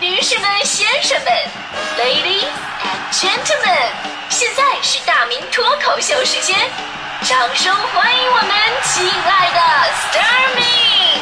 女士们、先生们 ，Ladies and Gentlemen， 现在是大明脱口秀时间，掌声欢迎我们亲爱的 Starmin。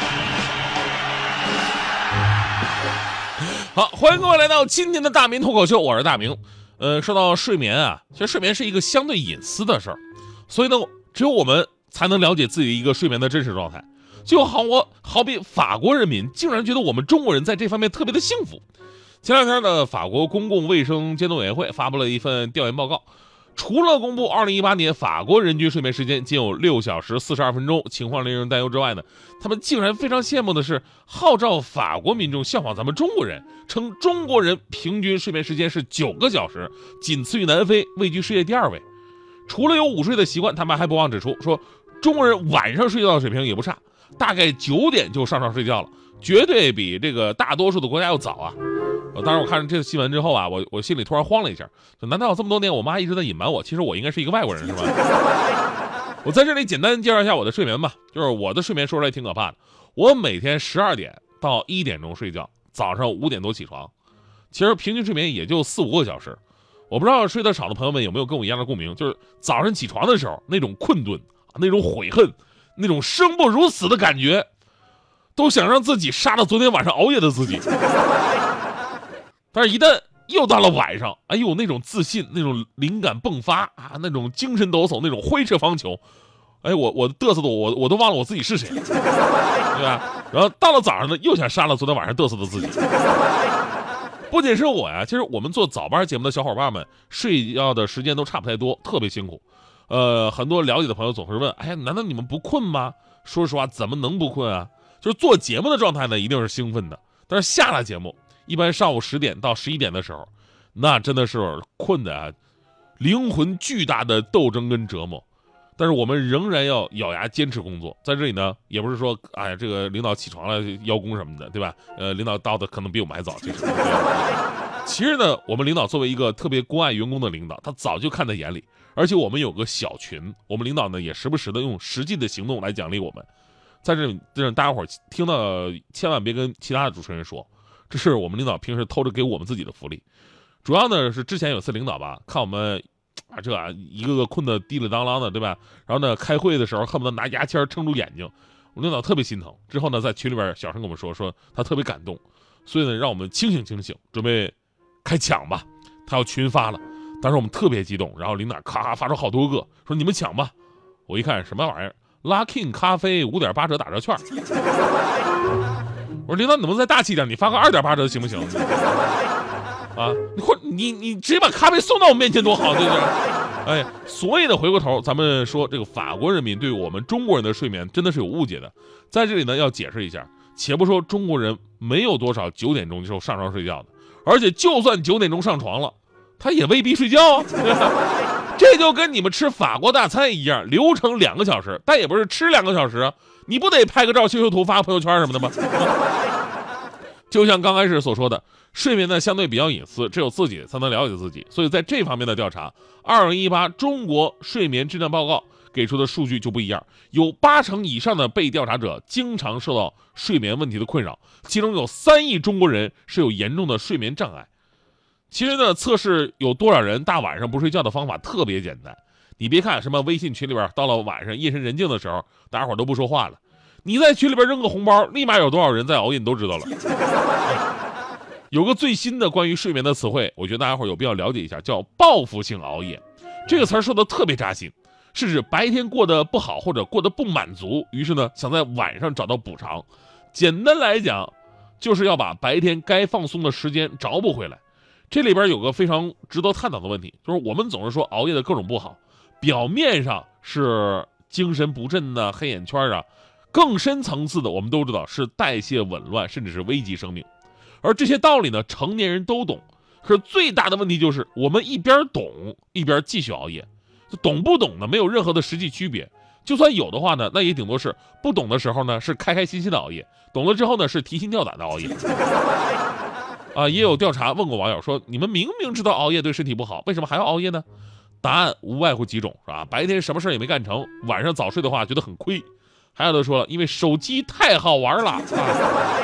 好，欢迎各位来到今天的大明脱口秀，我是大明。说到睡眠啊，其实睡眠是一个相对隐私的事儿，所以呢，只有我们才能了解自己一个睡眠的真实状态。就好比法国人民竟然觉得我们中国人在这方面特别的幸福。前两天呢，法国公共卫生监督委员会发布了一份调研报告，除了公布2018年法国人均睡眠时间仅有6小时42分钟，情况令人担忧之外呢，他们竟然非常羡慕的是，号召法国民众效仿咱们中国人，称中国人平均睡眠时间是9个小时，仅次于南非，位居世界第2位。除了有午睡的习惯，他们还不忘指出说，中国人晚上睡觉的水平也不差，大概9点就上床睡觉了，绝对比这个大多数的国家要早啊。当然我看这个新闻之后啊，我心里突然慌了一下，难道这么多年我妈一直在隐瞒我，其实我应该是一个外国人是吧？我在这里简单介绍一下我的睡眠吧，就是我的睡眠说出来挺可怕的，我每天12点到1点钟睡觉，早上5点多起床，其实平均睡眠也就4-5个小时。我不知道睡得少的朋友们有没有跟我一样的共鸣，就是早上起床的时候那种困顿，那种悔恨，那种生不如死的感觉，都想让自己杀了昨天晚上熬夜的自己。但是一旦又到了晚上，哎呦，那种自信，那种灵感迸发啊，那种精神抖擞，那种挥斥方遒，哎，我嘚瑟的我都忘了我自己是谁，对吧？然后到了早上呢，又想杀了昨天晚上嘚瑟的自己。不仅是我呀，其实我们做早班节目的小伙伴们睡觉的时间都差不太多，特别辛苦。很多了解的朋友总是问，哎呀，难道你们不困吗？说实话，怎么能不困啊？就是做节目的状态呢，一定是兴奋的，但是下了节目，一般上午10点到11点的时候，那真的是困的啊，灵魂巨大的斗争跟折磨。但是我们仍然要咬牙坚持工作，在这里呢，也不是说，哎呀，这个领导起床了邀功什么的，对吧？领导到的可能比我们还早，其实呢，我们领导作为一个特别关爱员工的领导，他早就看在眼里，而且我们有个小群，我们领导呢也时不时的用实际的行动来奖励我们。在这里，让大家伙听到千万别跟其他的主持人说，这是我们领导平时偷着给我们自己的福利。主要呢是之前有次领导吧，看我们一个个困得滴里当啷的，对吧？然后呢，开会的时候恨不得拿牙签撑住眼睛，我领导特别心疼。之后呢，在群里边小声跟我们说他特别感动，所以呢，让我们清醒，准备开抢吧。他要群发了，当时我们特别激动，然后领导咔发出好多个，说你们抢吧。我一看什么玩意儿 ，Luckin 咖啡5.8折打折券。我说领导，你能不能再大气点？你发个2.8折行不行？啊，你直接把咖啡送到我面前多好，对不对？哎，所以呢，回过头咱们说，这个法国人民对我们中国人的睡眠真的是有误解的。在这里呢，要解释一下，且不说中国人没有多少9点钟就上床睡觉的，而且就算9点钟上床了，他也未必睡觉啊。对吧？这就跟你们吃法国大餐一样，流程2个小时，但也不是吃2个小时啊，你不得拍个照修图发个朋友圈什么的吗？就像刚开始所说的，睡眠呢相对比较隐私，只有自己才能了解自己，所以在这方面的调查，2018中国睡眠质量报告给出的数据就不一样，有80%以上的被调查者经常受到睡眠问题的困扰，其中有3亿中国人是有严重的睡眠障碍。其实呢，测试有多少人大晚上不睡觉的方法特别简单，你别看什么微信群里边到了晚上夜深人静的时候，大家伙都不说话了，你在群里边扔个红包，立马有多少人在熬夜，你都知道了。有个最新的关于睡眠的词汇，我觉得大家伙有必要了解一下，叫报复性熬夜。这个词儿说的特别扎心，是指白天过得不好或者过得不满足，于是呢想在晚上找到补偿。简单来讲，就是要把白天该放松的时间找补回来。这里边有个非常值得探讨的问题，就是我们总是说熬夜的各种不好，表面上是精神不振的黑眼圈啊，更深层次的我们都知道是代谢紊乱，甚至是危及生命。而这些道理呢，成年人都懂，可是最大的问题就是我们一边懂一边继续熬夜，懂不懂呢没有任何的实际区别，就算有的话呢，那也顶多是不懂的时候呢是开开心心的熬夜，懂了之后呢是提心吊胆的熬夜。也有调查问过网友说，你们明明知道熬夜对身体不好，为什么还要熬夜呢？答案无外乎几种，是吧？白天什么事也没干成，晚上早睡的话觉得很亏。还有的说了，因为手机太好玩了啊。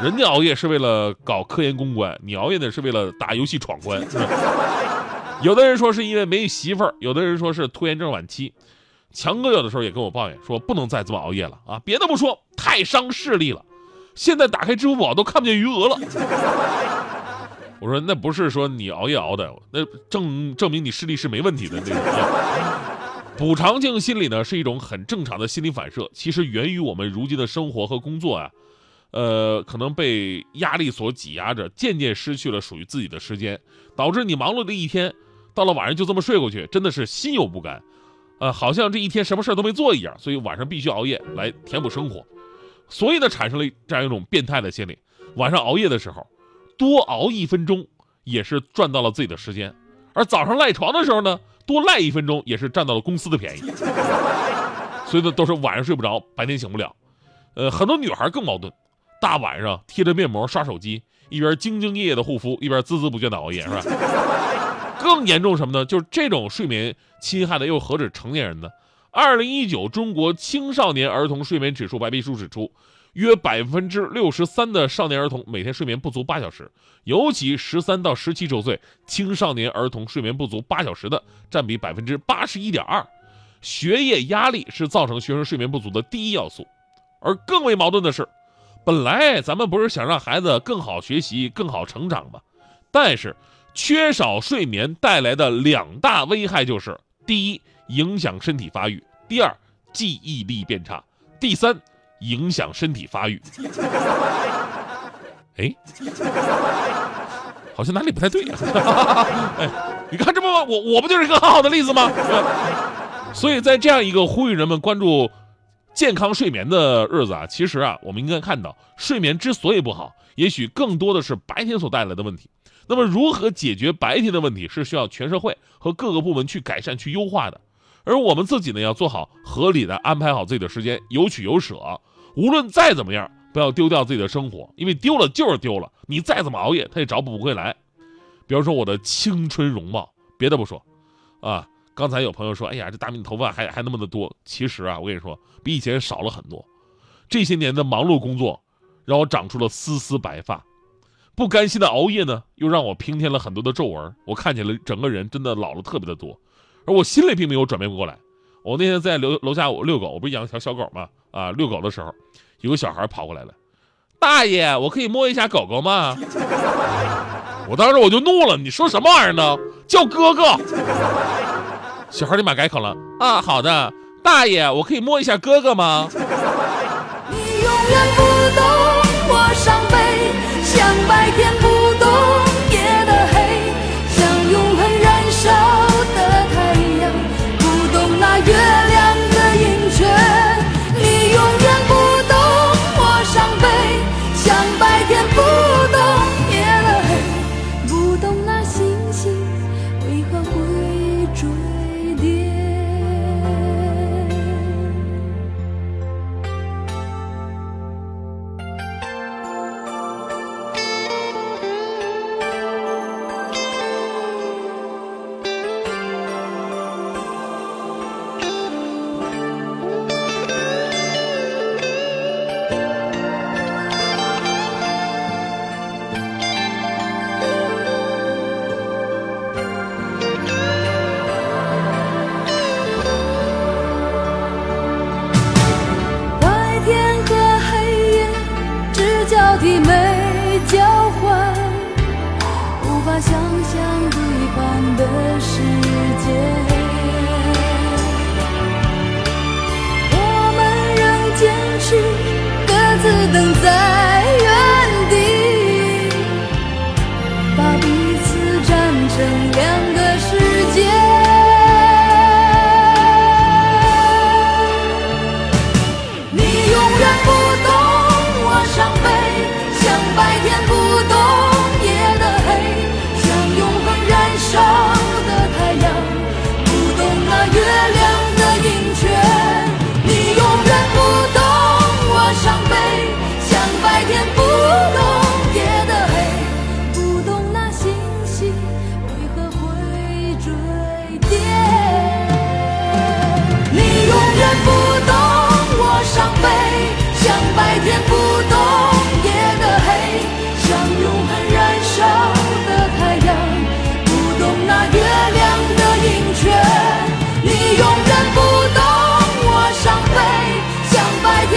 人家熬夜是为了搞科研攻关，你熬夜呢是为了打游戏闯关。有的人说是因为没媳妇儿，有的人说是拖延症晚期。强哥有的时候也跟我抱怨说，不能再这么熬夜了啊！别的不说，太伤视力了。现在打开支付宝都看不见余额了。我说那不是说你熬夜熬的，那证明你视力是没问题的那种。补偿性心理呢是一种很正常的心理反射，其实源于我们如今的生活和工作啊，可能被压力所挤压着，渐渐失去了属于自己的时间，导致你忙碌的一天，到了晚上就这么睡过去，真的是心有不甘。好像这一天什么事都没做一样，所以晚上必须熬夜来填补生活，所以呢产生了这样一种变态的心理。晚上熬夜的时候，多熬1分钟也是赚到了自己的时间，而早上赖床的时候呢，多赖1分钟也是占到了公司的便宜。所以呢，都是晚上睡不着，白天醒不了。很多女孩更矛盾，大晚上贴着面膜刷手机，一边兢兢业业的护肤，一边孜孜不倦的熬夜，是吧？更严重什么呢？就是这种睡眠侵害的又何止成年人呢？2019中国青少年儿童睡眠指数白皮书指出，约63%的少年儿童每天睡眠不足8小时，尤其13到17周岁青少年儿童睡眠不足8小时的占比81.2%。学业压力是造成学生睡眠不足的第一要素。而更为矛盾的是，本来咱们不是想让孩子更好学习、更好成长吗？但是缺少睡眠带来的2大危害就是：第一，影响身体发育；第二，记忆力变差；第三，影响身体发育。哎，好像哪里不太对啊！哎，你看这不我不就是一个很好的例子吗？所以在这样一个呼吁人们关注健康睡眠的日子啊，其实啊，我们应该看到，睡眠之所以不好，也许更多的是白天所带来的问题。那么如何解决白天的问题，是需要全社会和各个部门去改善、去优化的。而我们自己呢，要做好合理的安排好自己的时间，有取有舍。无论再怎么样，不要丢掉自己的生活，因为丢了就是丢了，你再怎么熬夜，它也找补不回来。比如说我的青春容貌，别的不说啊，刚才有朋友说，哎呀，这大明头发还那么的多。其实啊，我跟你说，比以前少了很多。这些年的忙碌工作，让我长出了丝丝白发。不甘心的熬夜呢，又让我平添了很多的皱纹，我看起来整个人真的老了特别的多，而我心里并没有转变过来。我那天在楼下我遛狗，我不是养条小狗吗？啊，遛狗的时候，有个小孩跑过来了，大爷，我可以摸一下狗狗吗？我当时我就怒了，你说什么玩意儿呢？叫哥哥！小孩立马改口了，啊，好的，大爷，我可以摸一下哥哥吗？ 你永远不懂我伤悲，像白天不懂夜的黑，像永恒燃烧的太阳，不懂那月亮的阴圈。你永远不懂我伤悲，像白天不懂夜的黑，不懂那星星为何会坠跌。的没交换，无法想象对方的世界。我们仍坚持各自等在原地，把彼此站成2个世界。你永远不懂我伤悲，像白天不懂夜的黑，像永恒燃烧的太阳，不懂那月亮的阴圈。你永远不懂我伤悲，像白天不懂夜的黑，不懂那星星为何会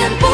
天不